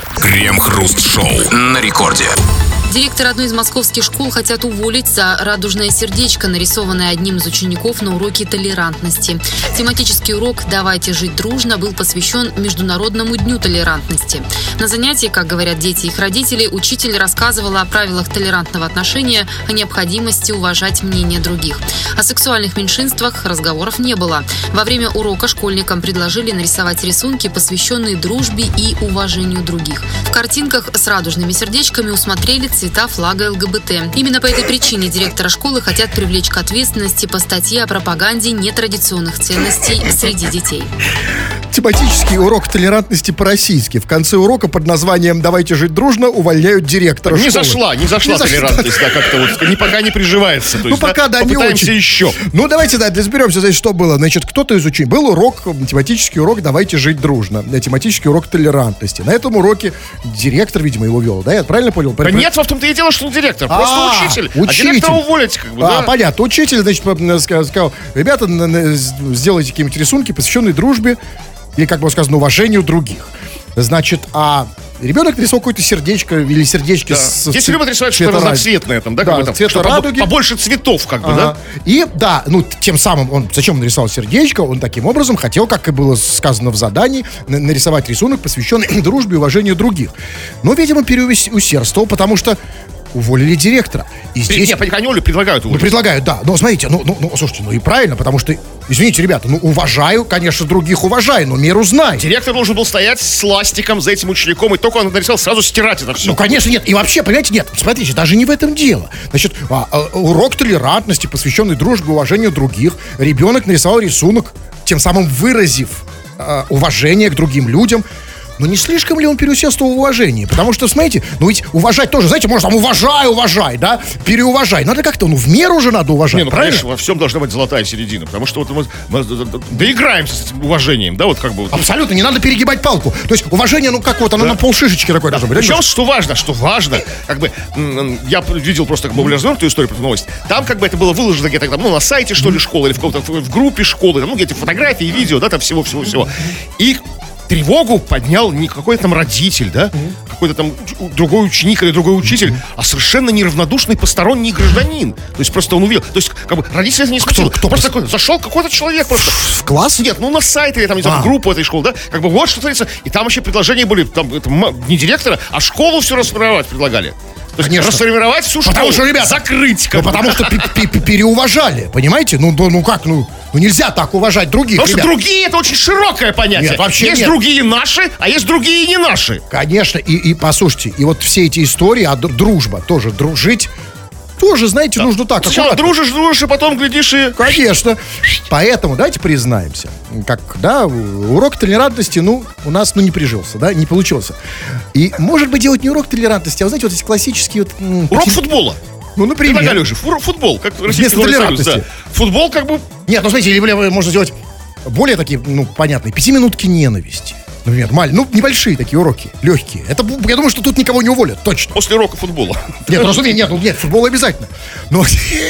Крем-хруст-шоу на рекорде. Директор одной из московских школ хотят уволить за радужное сердечко, нарисованное одним из учеников на уроке толерантности. Тематический урок «Давайте жить дружно» был посвящен Международному дню толерантности. На занятии, как говорят дети и их родители, учитель рассказывала о правилах толерантного отношения, о необходимости уважать мнение других. О сексуальных меньшинствах разговоров не было. Во время урока школьникам предложили нарисовать рисунки, посвященные дружбе и уважению других. В картинках с радужными сердечками усмотрели цвета флага ЛГБТ. Именно по этой причине директора школы хотят привлечь к ответственности по статье о пропаганде нетрадиционных ценностей среди детей. Тематический урок толерантности по-российски. В конце урока под названием «Давайте жить дружно» увольняют директора Не школы. зашла, не зашла Не зашла. толерантность, да, как-то вот, не, пока не приживается. То Ну, есть, пока, да, не попытаемся очень. еще. Ну, давайте, да, разберемся, значит, что было. Значит, кто-то из учеников... Был урок, тематический урок «Давайте жить дружно». Тематический урок толерантности. На этом уроке директор, видимо, его вел, да? Я правильно понял? Да нет, в том-то и дело, что он директор. Просто А, учитель. учитель. А директора уволить, как бы, А, да. понятно. Учитель, значит, сказал: ребята, сделайте какие-нибудь рисунки, посвященные дружбе или, как было сказано, уважению других. Значит, а ребенок нарисовал какое-то сердечко или сердечки Да. с... Здесь любят рисовать что-то разноцветное, там, да, Да, как бы там, цвета чтобы радуги. побольше цветов, как бы, Ага. да. И да, ну тем самым он, зачем он нарисовал сердечко, он таким образом хотел, как и было сказано в задании, на- нарисовать рисунок, посвященный дружбе и уважению других. Но, видимо, переусердствовал, потому что уволили директора. И здесь... Нет, они уволили, предлагают Ну, уволить. предлагают, да. Но смотрите, ну, ну, ну, слушайте, ну и правильно, потому что, извините, ребята, ну, уважаю, конечно, других уважаю, но меру знай. Директор должен был стоять с ластиком за этим учеником, и только он нарисовал, сразу стирать это все. Ну, конечно, нет. И вообще, понимаете, нет, смотрите, даже не в этом дело. Значит, а, а, урок толерантности, посвященный дружбе и уважению других. Ребенок нарисовал рисунок, тем самым выразив а, уважение к другим людям. Но не слишком ли он переусердствовал в уважении? Потому что, смотрите, ну ведь уважать тоже, знаете, можно там уважай, уважай, да, переуважай. Надо как-то, ну в меру уже надо уважать, Не, ну, правильно? конечно, во всем должна быть золотая середина, потому что вот мы, мы доиграемся с этим уважением, да, вот как бы. Вот. Абсолютно, не надо перегибать палку. То есть уважение, ну как вот, оно Да. на полшишечки такое должно быть. Причем, что важно, что важно, как бы, м, я видел просто как бы развернутую историю про эту новость. Там как бы это было выложено где-то там, ну, на сайте, что ли, школы, или в каком-то в группе школы, там, ну, где-то фотографии, видео, да, там всего-всего-всего. И тревогу поднял не какой-то там родитель, да, какой-то там у- другой ученик или другой учитель, а совершенно неравнодушный посторонний гражданин. То есть просто он увидел. То есть, как бы, родитель это не спросил. кто просто пос- такой, зашел какой-то человек просто. В класс? Нет, ну на сайт или там, не знаю, А. в группу этой школы, да, как бы вот что творится. И там еще предложения были, там, это, м- не директора, а школу все расформировать предлагали. То есть Конечно. расформировать всю школу. Потому что, ребята, закрыть. Ну, Как бы. потому что пе- пе- пе- переуважали, понимаете? Ну, ну, ну как, ну, ну нельзя так уважать других, Потому что ребят. другие это очень широкое понятие. Нет, вообще есть нет. другие наши, а есть другие не наши. Конечно, и, и послушайте, и вот все эти истории, а д- дружба, тоже дружить, тоже, знаете, нужно так, Сначала аккуратно. дружишь, дружишь, и потом глядишь и... Конечно. Поэтому давайте признаемся, как, да, урок толерантности, ну, у нас, ну, не прижился, да, не получился. И, может быть, делать не урок толерантности, а, вы знаете, вот эти классические вот... м, Урок какие- футбола. Ну, например. Предлагали уже. Фу- Футбол, как Российский Вместо Союз, толерантности. да. Футбол как бы... Нет, ну, смотрите, или или можно сделать более такие, ну, понятные, пятиминутки ненависти. Например, маль, ну, небольшие такие уроки, легкие. Это, бу- я думаю, что тут никого не уволят, точно. После урока футбола. Нет, ну, разумеется, нет, ну, нет, футбол обязательно. Но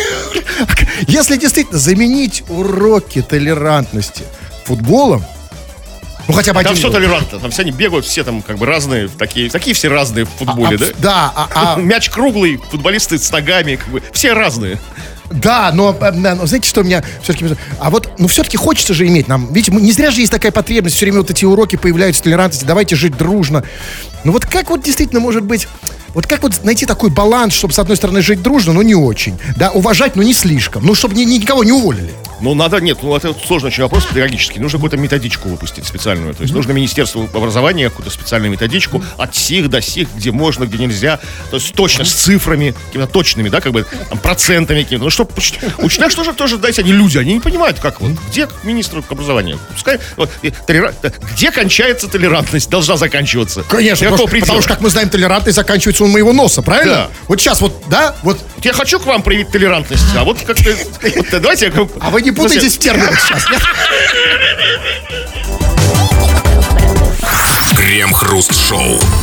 если действительно заменить уроки толерантности футболом, ну, хотя бы Там один все урок. толерантно. Там все они бегают, все там как бы разные, такие, такие все разные в футболе, А, да? абс- Да, а- а- Мяч круглый, футболисты с ногами, как бы, все разные. Да, но, э, да, но знаете, что меня все-таки... А вот, ну, все-таки хочется же иметь нам... Видите, мы- не зря же есть такая потребность, все время вот эти уроки появляются толерантности, давайте жить дружно. Ну, вот как вот действительно может быть... Вот как вот найти такой баланс, чтобы, с одной стороны, жить дружно, но не очень, да, уважать, но не слишком, ну, чтобы ни- ни- никого не уволили. Ну, надо, нет, ну, это сложный очень вопрос педагогический. Нужно какую-то методичку выпустить специальную. То есть нужно Министерству образования какую-то специальную методичку от сих до сих, где можно, где нельзя. То есть точно с цифрами, какими-то точными, да, как бы там, процентами какими-то. Ну, что, учителя что же тоже, знаете, они люди, они не понимают, как вот, где министр образования. Пускай, вот, и толера- где кончается толерантность, должна заканчиваться. Конечно, Какого потому, что- предела? потому что, как мы знаем, толерантность заканчивается у моего носа, правильно? Да. Вот сейчас вот, да, вот... Вот я хочу к вам проявить толерантность, а вот как-то... вот, давайте я... А вы не путаетесь в терминах сейчас. Крем-хруст-шоу.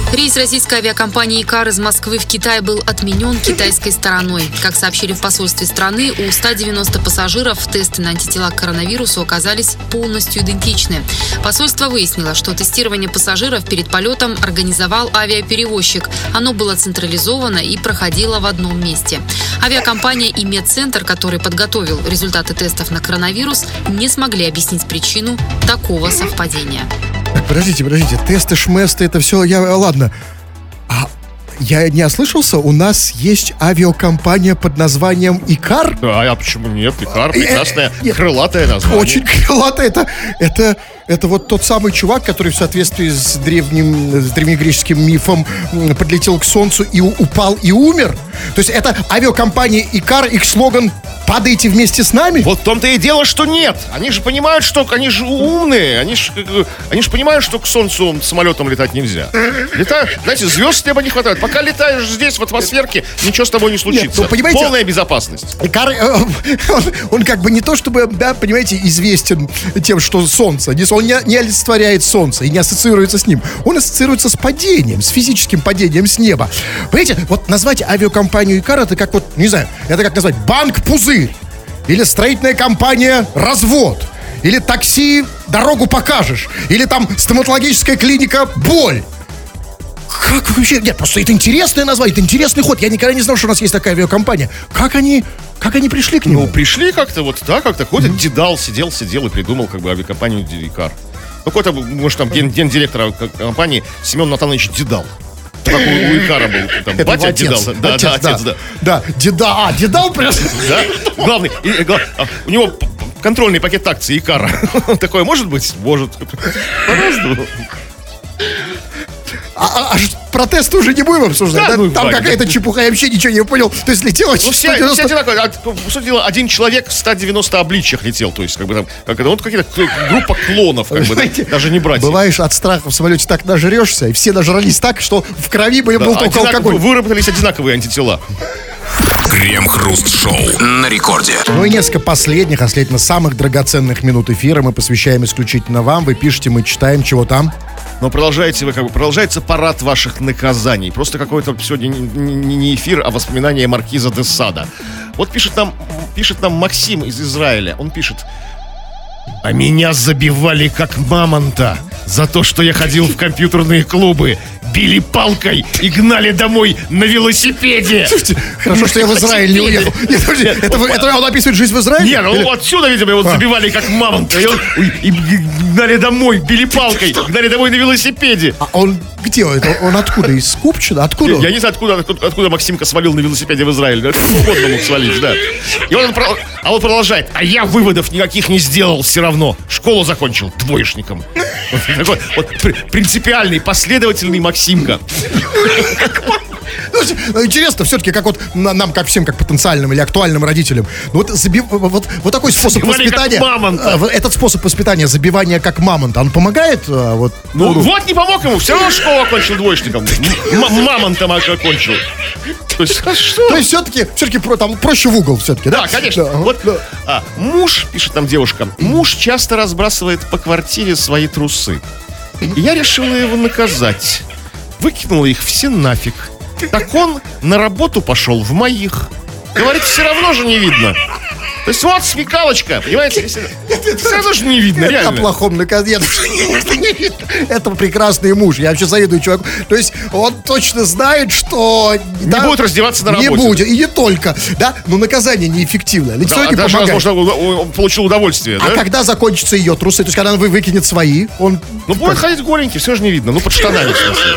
Рейс российской авиакомпании «Икар» из Москвы в Китай был отменен китайской стороной. Как сообщили в посольстве страны, у ста девяноста пассажиров тесты на антитела к коронавирусу оказались полностью идентичны. Посольство выяснило, что тестирование пассажиров перед полетом организовал авиаперевозчик. Оно было централизовано и проходило в одном месте. Авиакомпания и медцентр, который подготовил результаты тестов на коронавирус, не смогли объяснить причину такого совпадения. Так, подождите, подождите. Тесты, шместы, это все, я, ладно. А я не ослышался, у нас есть авиакомпания под названием «Икар»? Да, а почему нет? Икар, прекрасное, крылатое название. Очень крылатое. Это, это, это вот тот самый чувак, который в соответствии с древним, с древнегреческим мифом подлетел к Солнцу и упал и умер? То есть это авиакомпания «Икар», их слоган «Падайте вместе с нами»? Вот в том-то и дело, что нет. Они же понимают, что... Они же умные. Они же, они же понимают, что к Солнцу самолетом летать нельзя. Летают, знаете, звезд с неба не хватает. Пока летаешь здесь, в атмосферке, ничего с тобой не случится. Нет, ну, понимаете, полная безопасность. Икар, он, он как бы не то чтобы, да, понимаете, известен тем, что Солнце. Он не, не олицетворяет Солнце и не ассоциируется с ним. Он ассоциируется с падением, с физическим падением с неба. Понимаете, вот назвать авиакомпанию «Икар» это как вот, не знаю, это как назвать банк «Пузырь». Или строительная компания «Развод». Или такси «Дорогу покажешь». Или там стоматологическая клиника «Боль». Как вообще? Нет, просто это интересное название, это интересный ход. Я никогда не знал, что у нас есть такая авиакомпания. Как они, как они пришли к нему? Ну, пришли как-то вот, да, как-то ходит, mm-hmm. Дедал сидел, сидел и придумал как бы авиакомпанию «Икар». Ну, какой-то, может, там ген- гендиректора компании Семен Натанович Дедал. Как у, у Икара был, там, это батя отец, Дедал. Да, отец, да, отец, да. Да, деда, а, Дедал прям. Да, главный, и, и, глав, у него контрольный пакет акций Икара. Такое может быть? Может. По-разному. А, а, а протесты уже не будем обсуждать, да? Да, ну, Там Ваня, какая-то да. чепуха, я вообще ничего не понял. То есть летело Ну, все, сто девяносто... все одинаковые. По сути дела, один человек в ста девяноста обличьях летел. То есть, как бы там, как это, вот какие-то группа клонов, как бы, да, даже не братья. Бываешь от страха в самолете так нажрешься, и все нажрались так, что в крови был Да, только одинак- алкоголь. Выработались одинаковые антитела. Крем-хруст-шоу на рекорде. Ну и несколько последних, а следовательно самых драгоценных минут эфира мы посвящаем исключительно вам. Вы пишете, мы читаем, чего там. Но продолжаете вы, как бы, продолжается парад ваших наказаний. Просто какой-то сегодня не, не эфир, а воспоминания маркиза де Сада. Вот пишет нам, пишет нам Максим из Израиля. Он пишет: а меня забивали как мамонта за то, что я ходил в компьютерные клубы. Били палкой и гнали домой на велосипеде. Слушайте, хорошо, что я в Израиль не уехал. Нет, подожди, это, это он описывает жизнь в Израиле? Нет, ну Или... отсюда, видимо, его забивали как мамонта. И, он, и гнали домой, били палкой, гнали домой на велосипеде. А он где? Это, он откуда? Из Купчино? Откуда Я, он? я не знаю, откуда, откуда, откуда Максимка свалил на велосипеде в Израиль. Да, откуда угодно мог свалить, да. И он, а он продолжает. А я выводов никаких не сделал все равно. Школу закончил двоечником. Вот такой вот принципиальный, последовательный Максимка. Ну, интересно, все-таки, как вот нам, как всем, как потенциальным или актуальным родителям, ну, вот, забив, вот, вот такой способ Забивали воспитания, как мамонта. этот способ воспитания, забивания как мамонта, он помогает? Вот, Ну, ну вот не помог ему, все равно школу окончил двоечником. М- мамонтом окончил. То есть, что? То есть все-таки, все-таки про, там проще в угол все-таки, да? Да, конечно. Да, Вот да. а, муж, пишет нам девушка, муж часто разбрасывает по квартире свои трусы. И я решила его наказать. Выкинула их все нафиг. Так он на работу пошел в моих. Говорит, все равно же не видно. То есть вот смекалочка, понимаете? Все равно же не видно, Это о реально. плохом наказании. Это прекрасный муж. Я вообще завидую чуваку. То есть он точно знает, что... Не будет раздеваться на работе. Не будет. И не только. Да? Но наказание неэффективное. Лицо Да, не даже, помогает. возможно, он получил удовольствие, А да? когда закончатся ее трусы? То есть когда она вы- выкинет свои, он... Ну, будет ходить голенький, все же не видно. Ну, под штанами, в смысле.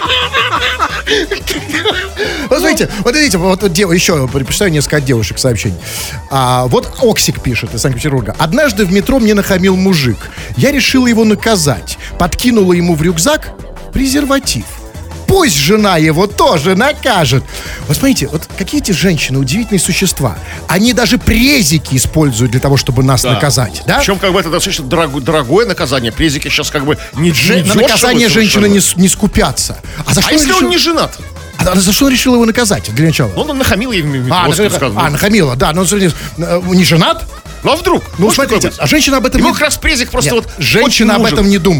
Вот смотрите, вот видите, вот дев- еще прочитаю несколько от девушек сообщений. А, вот Оксик пишет из Санкт-Петербурга. Однажды в метро мне нахамил мужик. Я решила его наказать. Подкинула ему в рюкзак презерватив. Пусть жена его тоже накажет. Вот смотрите, вот какие эти женщины удивительные существа. Они даже презики используют для того, чтобы нас Да. наказать. Да? Причем, как бы, это достаточно дорого- дорогое наказание. Презики сейчас, как бы, не, Же- не на дешево наказание женщины совершенно. не, с- не скупятся. А за А что если решил- он не женат? А за что он решил его наказать для начала? Он, он нахамил ей в метро, А, вот нах- сказано. а, нахамила, да, но смотрите, э, не женат? Ну, а вдруг? Ну, Может смотрите, такое быть? а женщина об этом Ему не... как раз презик просто Нет, вот женщина очень об нужен. этом не думает.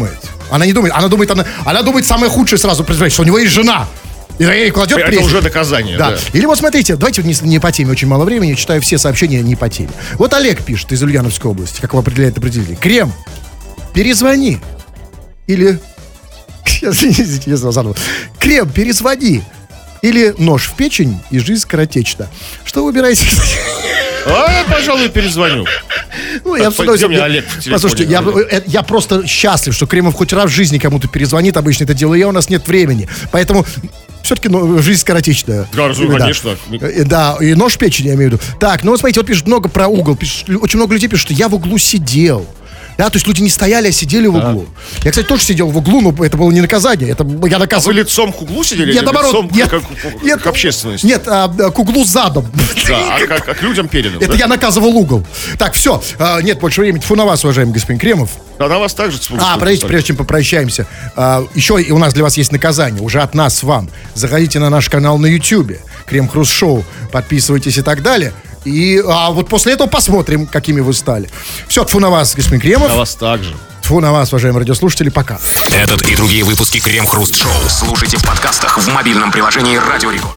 Она не думает, она думает, она, она думает самое худшее сразу, представляете, что у него есть жена. И ей кладет Это прессинг. уже доказание, да. да. Или вот смотрите, давайте вот не, не по теме, очень мало времени, читаю все сообщения не по теме. Вот Олег пишет из Ульяновской области, как его определяет определитель. Крем, перезвони. Или... Извините, я забыл. Крем, перезвони. Или нож в печень и жизнь скоротечна. Что выбираете? А, пожалуй, перезвоню. Ну, я Так, где мне Олег в телефоне? Послушайте, я, э, я просто счастлив, что Кремов хоть раз в жизни кому-то перезвонит. Обычно это делаю я, у нас нет времени. Поэтому все-таки ну, жизнь скоротечная. Да, разумею, да. конечно. Э, Да, и нож в печень, я имею в виду. Так, ну вот смотрите, вот пишут много про угол. Пишут, очень много людей пишут, что я в углу сидел. Да, то есть люди не стояли, а сидели в углу. Я, кстати, тоже сидел в углу, но это было не наказание. Это я А наказывал. вы лицом к углу сидели? Нет, или наоборот, лицом нет, к, к- нет, к общественности? Нет, а, а, к углу задом. Да, а как, как людям передано, Это да? я наказывал угол. Так, все, а, нет больше времени. Тьфу на вас, уважаемый господин Кремов. А на вас также... А, подождите, прежде чем попрощаемся, а, еще и у нас для вас есть наказание, уже от нас вам. Заходите на наш канал на Ютьюбе, Крем Хруст Шоу, подписывайтесь и так далее. И а, вот после этого посмотрим, какими вы стали. Все, тьфу на вас, господин Кремов. На вас также. Тьфу на вас, уважаемые радиослушатели, пока. Этот и другие выпуски Крем Хруст Шоу слушайте в подкастах в мобильном приложении Радио Рекорд.